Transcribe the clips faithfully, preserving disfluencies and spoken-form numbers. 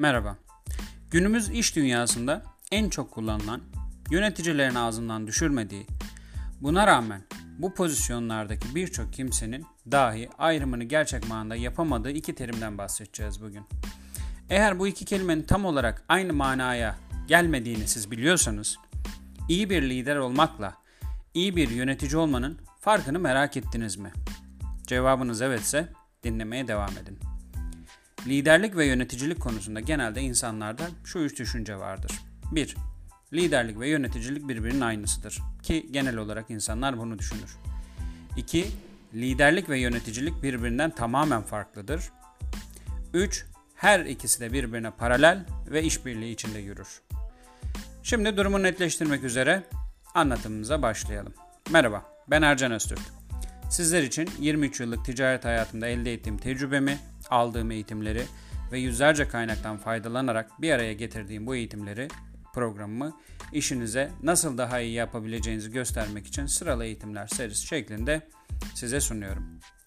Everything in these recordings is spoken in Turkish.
Merhaba. Günümüz iş dünyasında en çok kullanılan, yöneticilerin ağzından düşürmediği, buna rağmen bu pozisyonlardaki birçok kimsenin dahi ayrımını gerçek manada yapamadığı iki terimden bahsedeceğiz bugün. Eğer bu iki kelimenin tam olarak aynı manaya gelmediğini siz biliyorsanız, iyi bir lider olmakla iyi bir yönetici olmanın farkını merak ettiniz mi? Cevabınız evetse dinlemeye devam edin. Liderlik ve yöneticilik konusunda genelde insanlarda şu üç düşünce vardır. bir. Liderlik ve yöneticilik birbirinin aynısıdır ki genel olarak insanlar bunu düşünür. iki. Liderlik ve yöneticilik birbirinden tamamen farklıdır. üç. Her ikisi de birbirine paralel ve işbirliği içinde yürür. Şimdi durumu netleştirmek üzere anlatımımıza başlayalım. Merhaba, ben Ercan Öztürk. Sizler için yirmi üç yıllık ticaret hayatımda elde ettiğim tecrübemi, aldığım eğitimleri ve yüzlerce kaynaktan faydalanarak bir araya getirdiğim bu eğitimleri, programımı işinize nasıl daha iyi yapabileceğinizi göstermek için sıralı eğitimler serisi şeklinde size sunuyorum.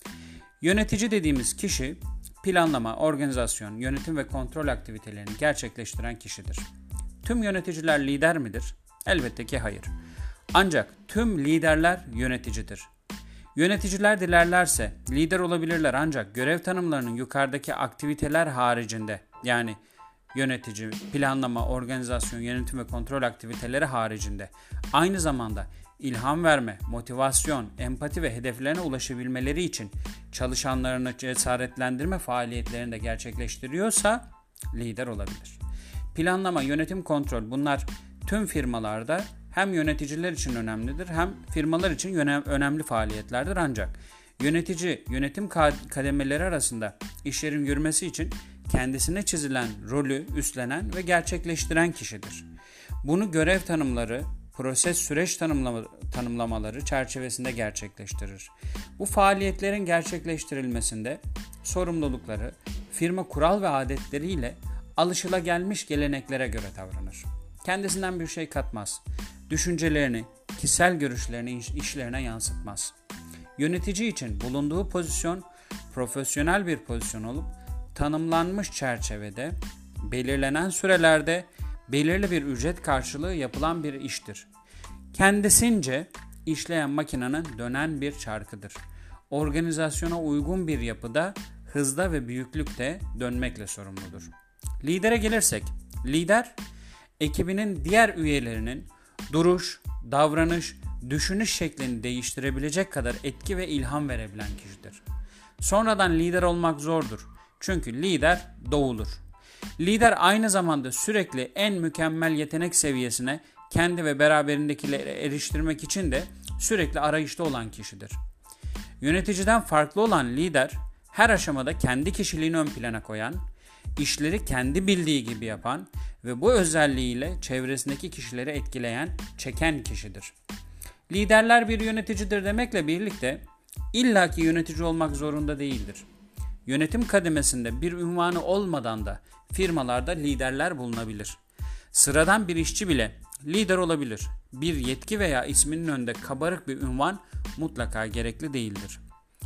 Yönetici dediğimiz kişi, planlama, organizasyon, yönetim ve kontrol aktivitelerini gerçekleştiren kişidir. Tüm yöneticiler lider midir? Elbette ki hayır. Ancak tüm liderler yöneticidir. Yöneticiler dilerlerse lider olabilirler ancak görev tanımlarının yukarıdaki aktiviteler haricinde, yani yönetici, planlama, organizasyon, yönetim ve kontrol aktiviteleri haricinde aynı zamanda ilham verme, motivasyon, empati ve hedeflerine ulaşabilmeleri için çalışanlarını cesaretlendirme faaliyetlerini de gerçekleştiriyorsa lider olabilir. Planlama, yönetim, kontrol bunlar tüm firmalarda hem yöneticiler için önemlidir hem firmalar için önemli faaliyetlerdir ancak yönetici yönetim kademeleri arasında işlerin yürümesi için kendisine çizilen rolü üstlenen ve gerçekleştiren kişidir. Bunu görev tanımları, proses süreç tanımlama, tanımlamaları çerçevesinde gerçekleştirir. Bu faaliyetlerin gerçekleştirilmesinde sorumlulukları firma kural ve adetleriyle alışılagelmiş geleneklere göre davranır. Kendisinden bir şey katmaz. Düşüncelerini, kişisel görüşlerini işlerine yansıtmaz. Yönetici için bulunduğu pozisyon profesyonel bir pozisyon olup tanımlanmış çerçevede, belirlenen sürelerde belirli bir ücret karşılığı yapılan bir iştir. Kendisince işleyen makinenin dönen bir çarkıdır. Organizasyona uygun bir yapıda, hızda ve büyüklükte dönmekle sorumludur. Lidere gelirsek, lider, ekibinin diğer üyelerinin duruş, davranış, düşünüş şeklini değiştirebilecek kadar etki ve ilham verebilen kişidir. Sonradan lider olmak zordur. Çünkü lider doğulur. Lider aynı zamanda sürekli en mükemmel yetenek seviyesine kendi ve beraberindekileri eriştirmek için de sürekli arayışta olan kişidir. Yöneticiden farklı olan lider, her aşamada kendi kişiliğini ön plana koyan, işleri kendi bildiği gibi yapan ve bu özelliğiyle çevresindeki kişileri etkileyen, çeken kişidir. Liderler bir yöneticidir demekle birlikte illaki yönetici olmak zorunda değildir. Yönetim kademesinde bir unvanı olmadan da firmalarda liderler bulunabilir. Sıradan bir işçi bile lider olabilir. Bir yetki veya isminin önünde kabarık bir unvan mutlaka gerekli değildir.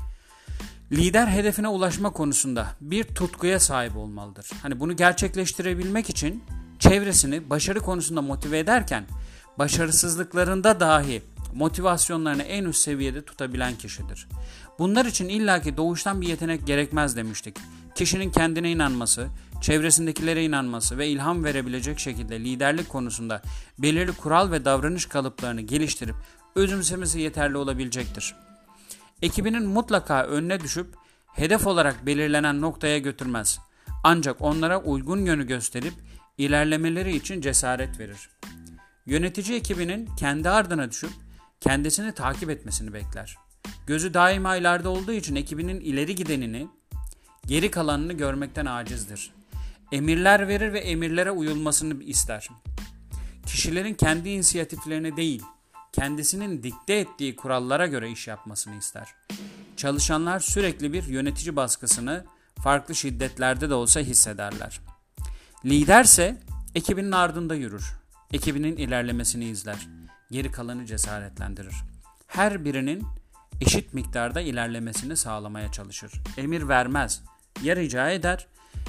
Lider hedefine ulaşma konusunda bir tutkuya sahip olmalıdır. Hani bunu gerçekleştirebilmek için çevresini başarı konusunda motive ederken başarısızlıklarında dahi motivasyonlarını en üst seviyede tutabilen kişidir. Bunlar için illaki doğuştan bir yetenek gerekmez demiştik. Kişinin kendine inanması, çevresindekilere inanması ve ilham verebilecek şekilde liderlik konusunda belirli kural ve davranış kalıplarını geliştirip özümsemesi yeterli olabilecektir. Ekibinin mutlaka önüne düşüp hedef olarak belirlenen noktaya götürmez. Ancak onlara uygun yönü gösterip ilerlemeleri için cesaret verir. Yönetici ekibinin kendi ardına düşüp kendisini takip etmesini bekler. Gözü daima ileride olduğu için ekibinin ileri gidenini, geri kalanını görmekten acizdir. Emirler verir ve emirlere uyulmasını ister. Kişilerin kendi inisiyatiflerine değil, kendisinin dikte ettiği kurallara göre iş yapmasını ister. Çalışanlar sürekli bir yönetici baskısını farklı şiddetlerde de olsa hissederler. Liderse ekibinin ardında yürür. Ekibinin ilerlemesini izler. Geri kalanı cesaretlendirir. Her birinin eşit miktarda ilerlemesini sağlamaya çalışır. Emir vermez. Ya rica eder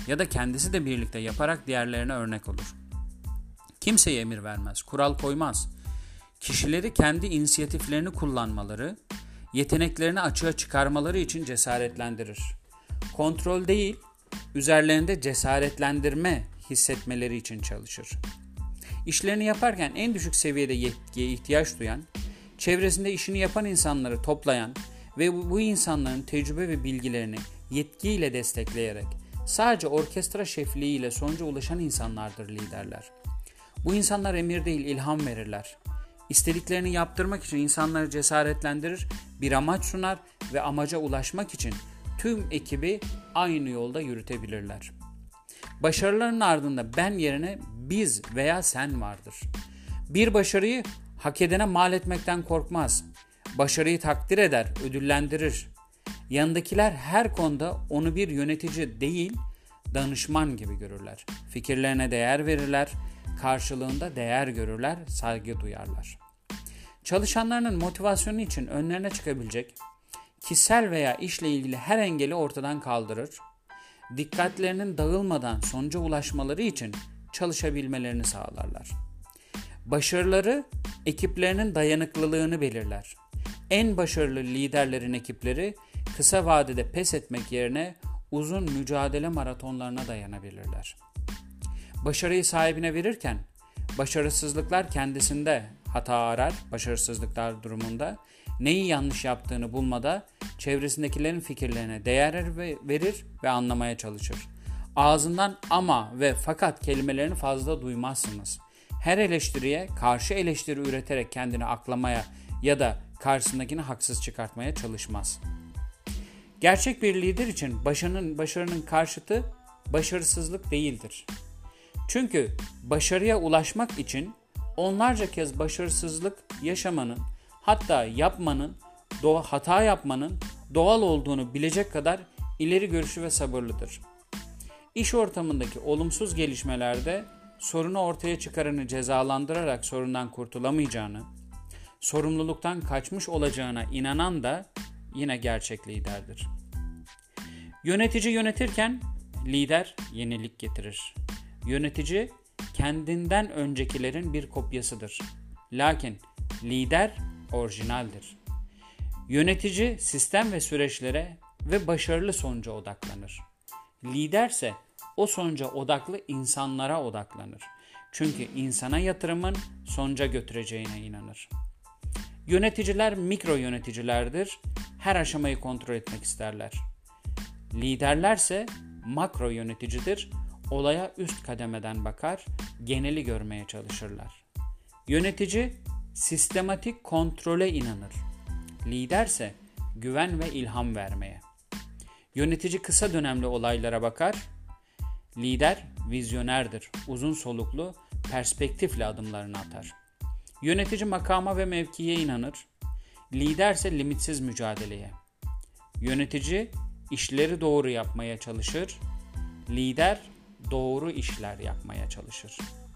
ya da kendisi de birlikte yaparak diğerlerine örnek olur. Kimseye emir vermez, kural koymaz. Kişileri kendi inisiyatiflerini kullanmaları, yeteneklerini açığa çıkarmaları için cesaretlendirir. Kontrol değil, üzerlerinde cesaretlendirme hissetmeleri için çalışır. İşlerini yaparken en düşük seviyede yetkiye ihtiyaç duyan, çevresinde işini yapan insanları toplayan ve bu insanların tecrübe ve bilgilerini yetkiyle destekleyerek sadece orkestra şefliğiyle sonuca ulaşan insanlardır liderler. Bu insanlar emir değil, ilham verirler. İstediklerini yaptırmak için insanları cesaretlendirir, bir amaç sunar ve amaca ulaşmak için tüm ekibi aynı yolda yürütebilirler. Başarıların ardında ben yerine biz veya sen vardır. Bir başarıyı hak edene mal etmekten korkmaz. Başarıyı takdir eder, ödüllendirir. Yanındakiler her konuda onu bir yönetici değil, danışman gibi görürler. Fikirlerine değer verirler, karşılığında değer görürler, saygı duyarlar. Çalışanlarının motivasyonu için önlerine çıkabilecek, kişisel veya işle ilgili her engeli ortadan kaldırır, dikkatlerinin dağılmadan sonuca ulaşmaları için çalışabilmelerini sağlarlar. Başarıları ekiplerinin dayanıklılığını belirler. En başarılı liderlerin ekipleri kısa vadede pes etmek yerine uzun mücadele maratonlarına dayanabilirler. Başarıyı sahibine verirken başarısızlıklar kendisinde hata arar, başarısızlıklar durumunda neyi yanlış yaptığını bulmada çevresindekilerin fikirlerine değer verir ve anlamaya çalışır. Ağzından ama ve fakat kelimelerini fazla duymazsınız. Her eleştiriye karşı eleştiri üreterek kendini aklamaya ya da karşısındakini haksız çıkartmaya çalışmaz. Gerçek bir lider için başarının, başarının karşıtı başarısızlık değildir. Çünkü başarıya ulaşmak için onlarca kez başarısızlık yaşamanın, hatta yapmanın, doğa, hata yapmanın doğal olduğunu bilecek kadar ileri görüşlü ve sabırlıdır. İş ortamındaki olumsuz gelişmelerde sorunu ortaya çıkaranı cezalandırarak sorundan kurtulamayacağını, sorumluluktan kaçmış olacağına inanan da yine gerçek liderdir. Yönetici yönetirken lider yenilik getirir. Yönetici kendinden öncekilerin bir kopyasıdır. Lakin lider orijinaldir. Yönetici sistem ve süreçlere ve başarılı sonuca odaklanır. Liderse o sonuca odaklı insanlara odaklanır. Çünkü insana yatırımın sonuca götüreceğine inanır. Yöneticiler mikro yöneticilerdir. Her aşamayı kontrol etmek isterler. Liderlerse makro yöneticidir. Olaya üst kademeden bakar, geneli görmeye çalışırlar. Yönetici sistematik kontrole inanır. Liderse güven ve ilham vermeye. Yönetici kısa dönemli olaylara bakar. Lider vizyonerdir. Uzun soluklu, perspektifli adımlarını atar. Yönetici makama ve mevkiye inanır. Liderse limitsiz mücadeleye. Yönetici işleri doğru yapmaya çalışır. Lider doğru işler yapmaya çalışır.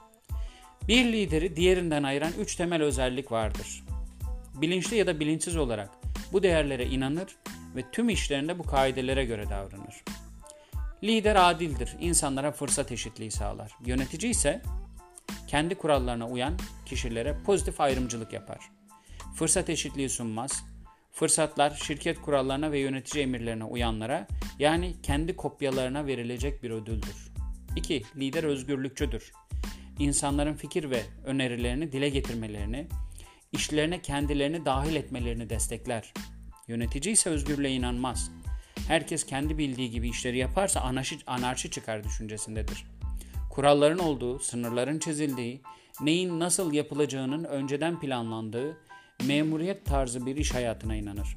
Bir lideri diğerinden ayıran üç temel özellik vardır. Bilinçli ya da bilinçsiz olarak bu değerlere inanır ve tüm işlerinde bu kaidelere göre davranır. Lider adildir, insanlara fırsat eşitliği sağlar. Yönetici ise kendi kurallarına uyan kişilere pozitif ayrımcılık yapar. Fırsat eşitliği sunmaz. Fırsatlar şirket kurallarına ve yönetici emirlerine uyanlara, yani kendi kopyalarına verilecek bir ödüldür. iki. Lider özgürlükçüdür. İnsanların fikir ve önerilerini dile getirmelerini, işlerine kendilerini dahil etmelerini destekler. Yönetici ise özgürlüğe inanmaz. Herkes kendi bildiği gibi işleri yaparsa anarşi, anarşi çıkar düşüncesindedir. Kuralların olduğu, sınırların çizildiği, neyin nasıl yapılacağının önceden planlandığı, memuriyet tarzı bir iş hayatına inanır.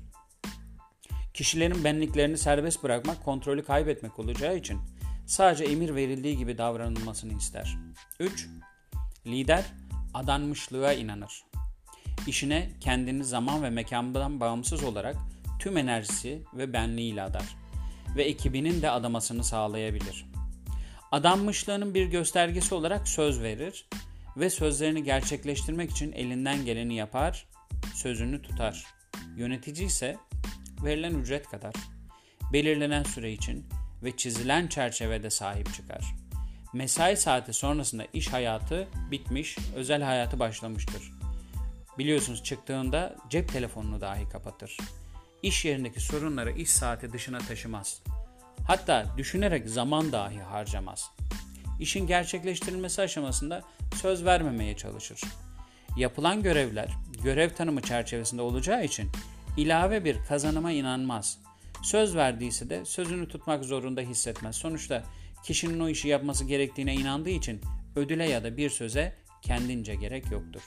Kişilerin benliklerini serbest bırakmak, kontrolü kaybetmek olacağı için sadece emir verildiği gibi davranılmasını ister. üç. Lider adanmışlığa inanır. İşine kendini zaman ve mekandan bağımsız olarak tüm enerjisi ve benliğiyle adar ve ekibinin de adamasını sağlayabilir. Adanmışlığının bir göstergesi olarak söz verir ve sözlerini gerçekleştirmek için elinden geleni yapar, sözünü tutar. Yönetici ise verilen ücret kadar belirlenen süre için ve çizilen çerçevede sahip çıkar. Mesai saati sonrasında iş hayatı bitmiş, özel hayatı başlamıştır. Biliyorsunuz çıktığında cep telefonunu dahi kapatır. İş yerindeki sorunları iş saati dışına taşımaz. Hatta düşünerek zaman dahi harcamaz. İşin gerçekleştirilmesi aşamasında söz vermemeye çalışır. Yapılan görevler görev tanımı çerçevesinde olacağı için ilave bir kazanıma inanmaz. Söz verdiyse de sözünü tutmak zorunda hissetmez. Sonuçta kişinin o işi yapması gerektiğine inandığı için ödüle ya da bir söze kendince gerek yoktur.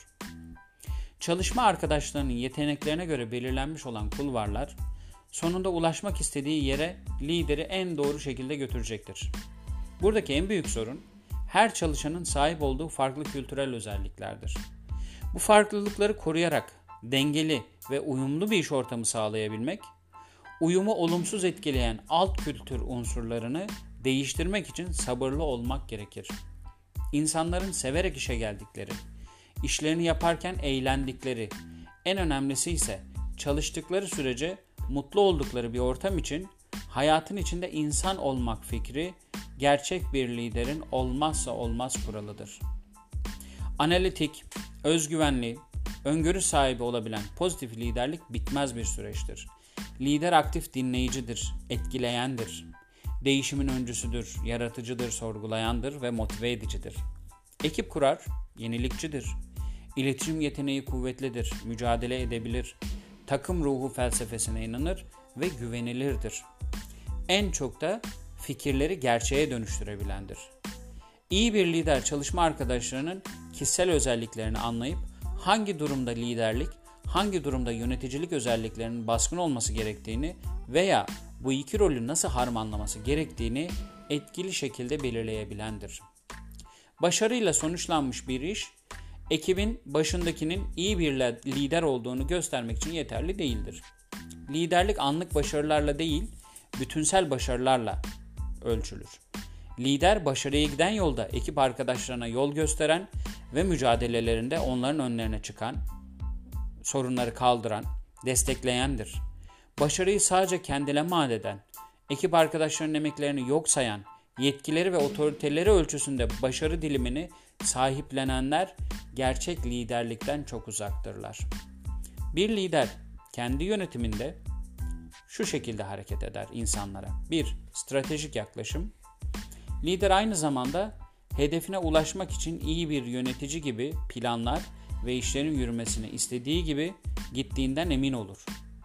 Çalışma arkadaşlarının yeteneklerine göre belirlenmiş olan kulvarlar, sonunda ulaşmak istediği yere lideri en doğru şekilde götürecektir. Buradaki en büyük sorun, her çalışanın sahip olduğu farklı kültürel özelliklerdir. Bu farklılıkları koruyarak dengeli ve uyumlu bir iş ortamı sağlayabilmek, uyumu olumsuz etkileyen alt kültür unsurlarını değiştirmek için sabırlı olmak gerekir. İnsanların severek işe geldikleri, işlerini yaparken eğlendikleri, en önemlisi ise çalıştıkları sürece mutlu oldukları bir ortam için hayatın içinde insan olmak fikri gerçek bir liderin olmazsa olmaz kuralıdır. Analitik, özgüvenli, öngörü sahibi olabilen pozitif liderlik bitmez bir süreçtir. Lider aktif dinleyicidir, etkileyendir. Değişimin öncüsüdür, yaratıcıdır, sorgulayandır ve motive edicidir. Ekip kurar, yenilikçidir. İletişim yeteneği kuvvetlidir, mücadele edebilir. Takım ruhu felsefesine inanır ve güvenilirdir. En çok da fikirleri gerçeğe dönüştürebilendir. İyi bir lider çalışma arkadaşlarının kişisel özelliklerini anlayıp hangi durumda liderlik, hangi durumda yöneticilik özelliklerinin baskın olması gerektiğini veya bu iki rolü nasıl harmanlaması gerektiğini etkili şekilde belirleyebilendir. Başarıyla sonuçlanmış bir iş, ekibin başındakinin iyi bir lider olduğunu göstermek için yeterli değildir. Liderlik anlık başarılarla değil, bütünsel başarılarla ölçülür. Lider başarıya giden yolda ekip arkadaşlarına yol gösteren ve mücadelelerinde onların önlerine çıkan, sorunları kaldıran, destekleyendir. Başarıyı sadece kendine vaat eden, ekip arkadaşlarının emeklerini yok sayan, yetkileri ve otoriteleri ölçüsünde başarı dilimini sahiplenenler gerçek liderlikten çok uzaktırlar. Bir lider kendi yönetiminde şu şekilde hareket eder insanlara. bir Stratejik yaklaşım. Lider aynı zamanda hedefine ulaşmak için iyi bir yönetici gibi planlar ve işlerin yürümesini istediği gibi gittiğinden emin olur.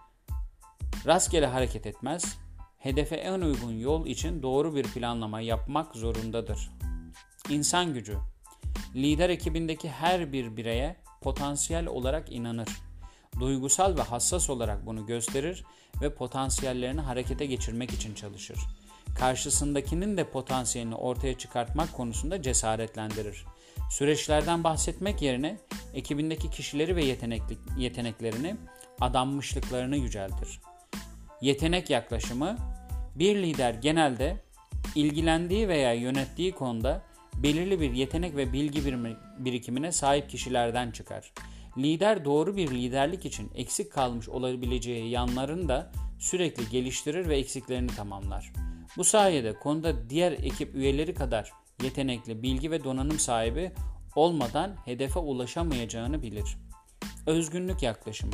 Rastgele hareket etmez, hedefe en uygun yol için doğru bir planlama yapmak zorundadır. İnsan gücü. Lider ekibindeki her bir bireye potansiyel olarak inanır. Duygusal ve hassas olarak bunu gösterir ve potansiyellerini harekete geçirmek için çalışır. Karşısındakinin de potansiyelini ortaya çıkartmak konusunda cesaretlendirir. Süreçlerden bahsetmek yerine ekibindeki kişileri ve yetenekli, yeteneklerini, adanmışlıklarını yüceltir. Yetenek yaklaşımı, bir lider genelde ilgilendiği veya yönettiği konuda belirli bir yetenek ve bilgi birikimine sahip kişilerden çıkar. Lider doğru bir liderlik için eksik kalmış olabileceği yanlarını da sürekli geliştirir ve eksiklerini tamamlar. Bu sayede konuda diğer ekip üyeleri kadar yetenekli, bilgi ve donanım sahibi olmadan hedefe ulaşamayacağını bilir. Özgünlük yaklaşımı.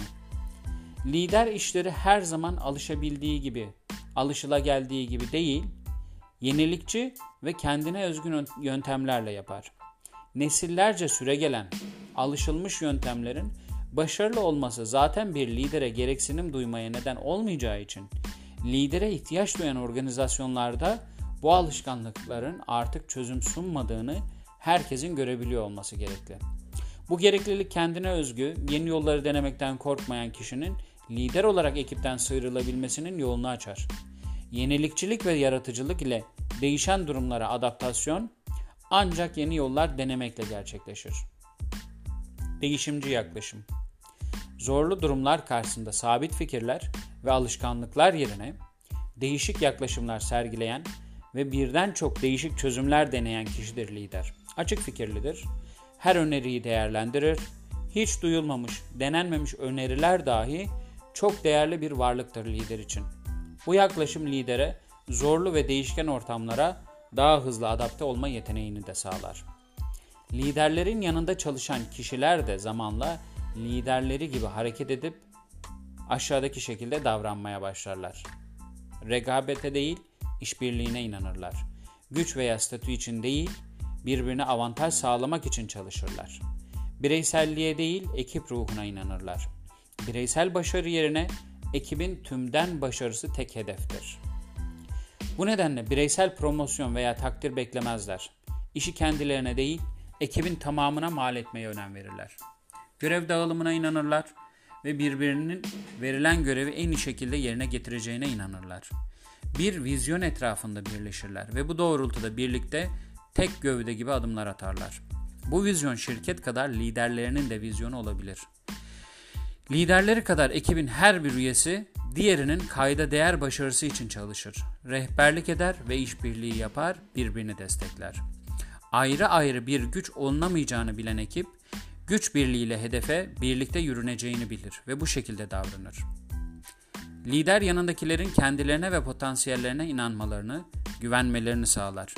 Lider işleri her zaman alışabildiği gibi, alışılageldiği gibi değil, yenilikçi ve kendine özgün yöntemlerle yapar. Nesillerce süregelen, alışılmış yöntemlerin başarılı olması zaten bir lidere gereksinim duymaya neden olmayacağı için, lidere ihtiyaç duyan organizasyonlarda bu alışkanlıkların artık çözüm sunmadığını herkesin görebiliyor olması gerekli. Bu gereklilik kendine özgü, yeni yolları denemekten korkmayan kişinin lider olarak ekipten sıyrılabilmesinin yolunu açar. Yenilikçilik ve yaratıcılık ile değişen durumlara adaptasyon ancak yeni yollar denemekle gerçekleşir. Değişimci yaklaşım. Zorlu durumlar karşısında sabit fikirler ve alışkanlıklar yerine değişik yaklaşımlar sergileyen ve birden çok değişik çözümler deneyen kişidir lider. Açık fikirlidir, her öneriyi değerlendirir, hiç duyulmamış, denenmemiş öneriler dahi çok değerli bir varlıktır lider için. Bu yaklaşım lidere zorlu ve değişken ortamlara daha hızlı adapte olma yeteneğini de sağlar. Liderlerin yanında çalışan kişiler de zamanla liderleri gibi hareket edip aşağıdaki şekilde davranmaya başlarlar. Rekabete değil, işbirliğine inanırlar. Güç veya statü için değil, birbirine avantaj sağlamak için çalışırlar. Bireyselliğe değil, ekip ruhuna inanırlar. Bireysel başarı yerine ekibin tümden başarısı tek hedeftir. Bu nedenle bireysel promosyon veya takdir beklemezler. İşi kendilerine değil, ekibin tamamına mal etmeye önem verirler. Görev dağılımına inanırlar ve birbirinin verilen görevi en iyi şekilde yerine getireceğine inanırlar. Bir vizyon etrafında birleşirler ve bu doğrultuda birlikte tek gövde gibi adımlar atarlar. Bu vizyon şirket kadar liderlerinin de vizyonu olabilir. Liderleri kadar ekibin her bir üyesi diğerinin kayda değer başarısı için çalışır, rehberlik eder ve işbirliği yapar, birbirini destekler. Ayrı ayrı bir güç olunamayacağını bilen ekip, güç birliğiyle hedefe birlikte yürüneceğini bilir ve bu şekilde davranır. Lider yanındakilerin kendilerine ve potansiyellerine inanmalarını, güvenmelerini sağlar.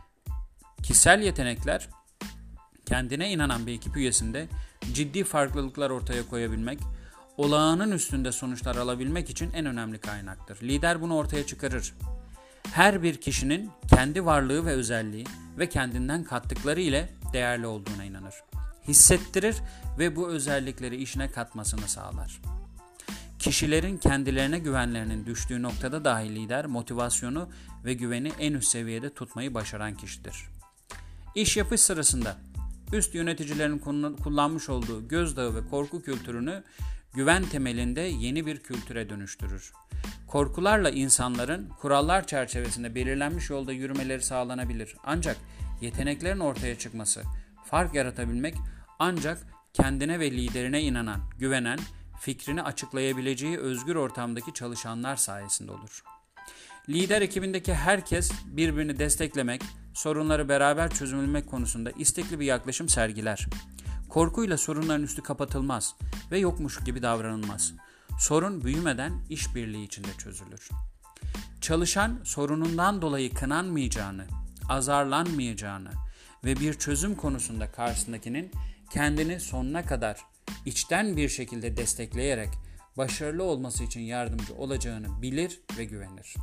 Kişisel yetenekler, kendine inanan bir ekip üyesinde ciddi farklılıklar ortaya koyabilmek, olağanın üstünde sonuçlar alabilmek için en önemli kaynaktır. Lider bunu ortaya çıkarır. Her bir kişinin kendi varlığı ve özelliği ve kendinden kattıkları ile değerli olduğuna inanır. Hissettirir ve bu özellikleri işine katmasını sağlar. Kişilerin kendilerine güvenlerinin düştüğü noktada dahi lider motivasyonu ve güveni en üst seviyede tutmayı başaran kişidir. İş yapış sırasında üst yöneticilerin kullanmış olduğu gözdağı ve korku kültürünü güven temelinde yeni bir kültüre dönüştürür. Korkularla insanların kurallar çerçevesinde belirlenmiş yolda yürümeleri sağlanabilir. Ancak yeteneklerin ortaya çıkması, fark yaratabilmek ancak kendine ve liderine inanan, güvenen, fikrini açıklayabileceği özgür ortamdaki çalışanlar sayesinde olur. Lider ekibindeki herkes birbirini desteklemek, sorunları beraber çözümlemek konusunda istekli bir yaklaşım sergiler. Korkuyla sorunların üstü kapatılmaz ve yokmuş gibi davranılmaz. Sorun büyümeden işbirliği içinde çözülür. Çalışan sorunundan dolayı kınanmayacağını, azarlanmayacağını ve bir çözüm konusunda karşısındakinin kendini sonuna kadar içten bir şekilde destekleyerek başarılı olması için yardımcı olacağını bilir ve güvenir.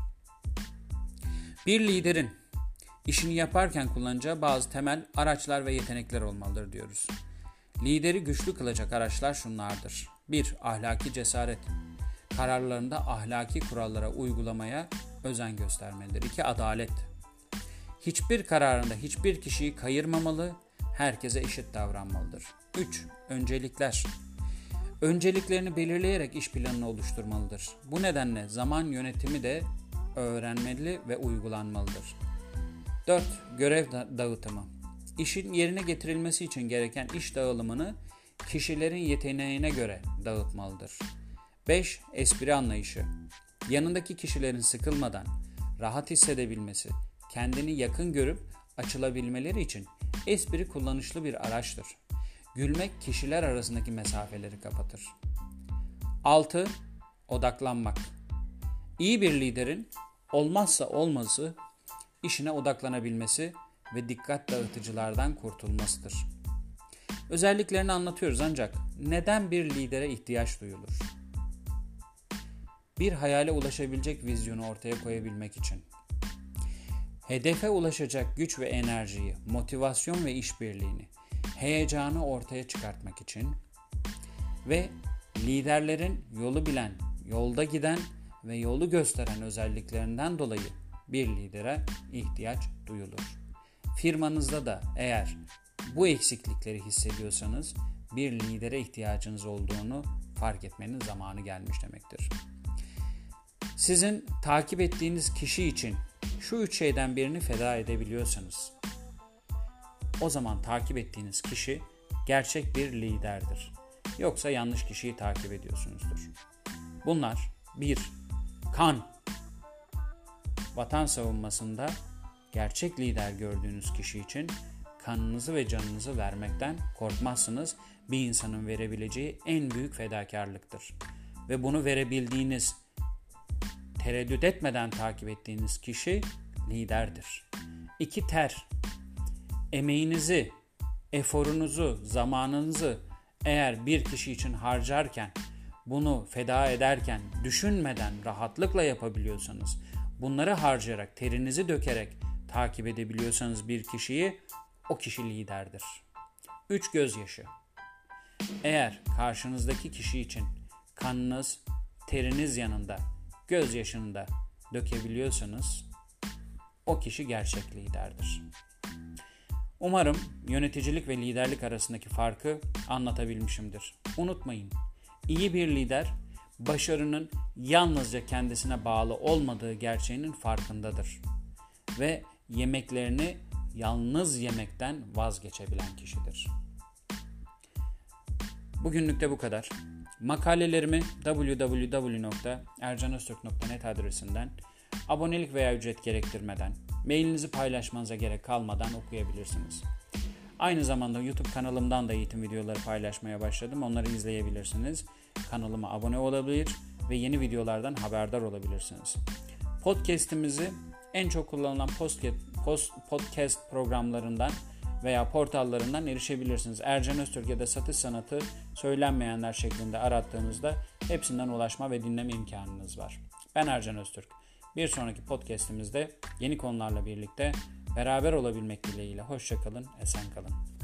Bir liderin işini yaparken kullanacağı bazı temel araçlar ve yetenekler olmalıdır diyoruz. Lideri güçlü kılacak araçlar şunlardır. bir Ahlaki cesaret. Kararlarında ahlaki kurallara uygulamaya özen göstermelidir. iki Adalet. Hiçbir kararında hiçbir kişiyi kayırmamalı, herkese eşit davranmalıdır. üç Öncelikler. Önceliklerini belirleyerek iş planını oluşturmalıdır. Bu nedenle zaman yönetimi de öğrenmeli ve uygulanmalıdır. dört Görev dağıtımı. İşin yerine getirilmesi için gereken iş dağılımını kişilerin yeteneğine göre dağıtmalıdır. beş Espri anlayışı. Yanındaki kişilerin sıkılmadan rahat hissedebilmesi, kendini yakın görüp açılabilmeleri için espri kullanışlı bir araçtır. Gülmek kişiler arasındaki mesafeleri kapatır. altı Odaklanmak. İyi bir liderin olmazsa olmazı işine odaklanabilmesi ve dikkat dağıtıcılardan kurtulmasıdır. Özelliklerini anlatıyoruz ancak neden bir lidere ihtiyaç duyulur? Bir hayale ulaşabilecek vizyonu ortaya koyabilmek için. Hedefe ulaşacak güç ve enerjiyi, motivasyon ve işbirliğini, heyecanı ortaya çıkartmak için ve liderlerin yolu bilen, yolda giden ve yolu gösteren özelliklerinden dolayı bir lidere ihtiyaç duyulur. Firmanızda da eğer bu eksiklikleri hissediyorsanız bir lidere ihtiyacınız olduğunu fark etmenin zamanı gelmiş demektir. Sizin takip ettiğiniz kişi için şu üç şeyden birini feda edebiliyorsanız o zaman takip ettiğiniz kişi gerçek bir liderdir. Yoksa yanlış kişiyi takip ediyorsunuzdur. Bunlar bir Kan. Vatan savunmasında gerçek lider gördüğünüz kişi için kanınızı ve canınızı vermekten korkmazsınız. Bir insanın verebileceği en büyük fedakarlıktır. Ve bunu verebildiğiniz tereddüt etmeden takip ettiğiniz kişi liderdir. İki ter, emeğinizi, eforunuzu, zamanınızı eğer bir kişi için harcarken, bunu feda ederken düşünmeden rahatlıkla yapabiliyorsanız, bunları harcayarak, terinizi dökerek takip edebiliyorsanız bir kişiyi, o kişi liderdir. Üç gözyaşı. Eğer karşınızdaki kişi için kanınız, teriniz yanında, gözyaşını da dökebiliyorsanız o kişi gerçek liderdir. Umarım yöneticilik ve liderlik arasındaki farkı anlatabilmişimdir. Unutmayın, iyi bir lider başarının yalnızca kendisine bağlı olmadığı gerçeğinin farkındadır ve yemeklerini yalnız yemekten vazgeçebilen kişidir. Bugünlük de bu kadar. Makalelerimi double-u double-u double-u nokta ercanöztürk nokta net adresinden abonelik veya ücret gerektirmeden, mailinizi paylaşmanıza gerek kalmadan okuyabilirsiniz. Aynı zamanda YouTube kanalımdan da eğitim videoları paylaşmaya başladım. Onları izleyebilirsiniz. Kanalıma abone olabilir ve yeni videolardan haberdar olabilirsiniz. Podcast'imizi en çok kullanılan podcast programlarından veya portallarından erişebilirsiniz. Ercan Öztürk ya da Satış Sanatı Söylenmeyenler şeklinde arattığınızda hepsinden ulaşma ve dinleme imkanınız var. Ben Ercan Öztürk. Bir sonraki podcast'imizde yeni konularla birlikte beraber olabilmek dileğiyle. Hoşça kalın, esen kalın.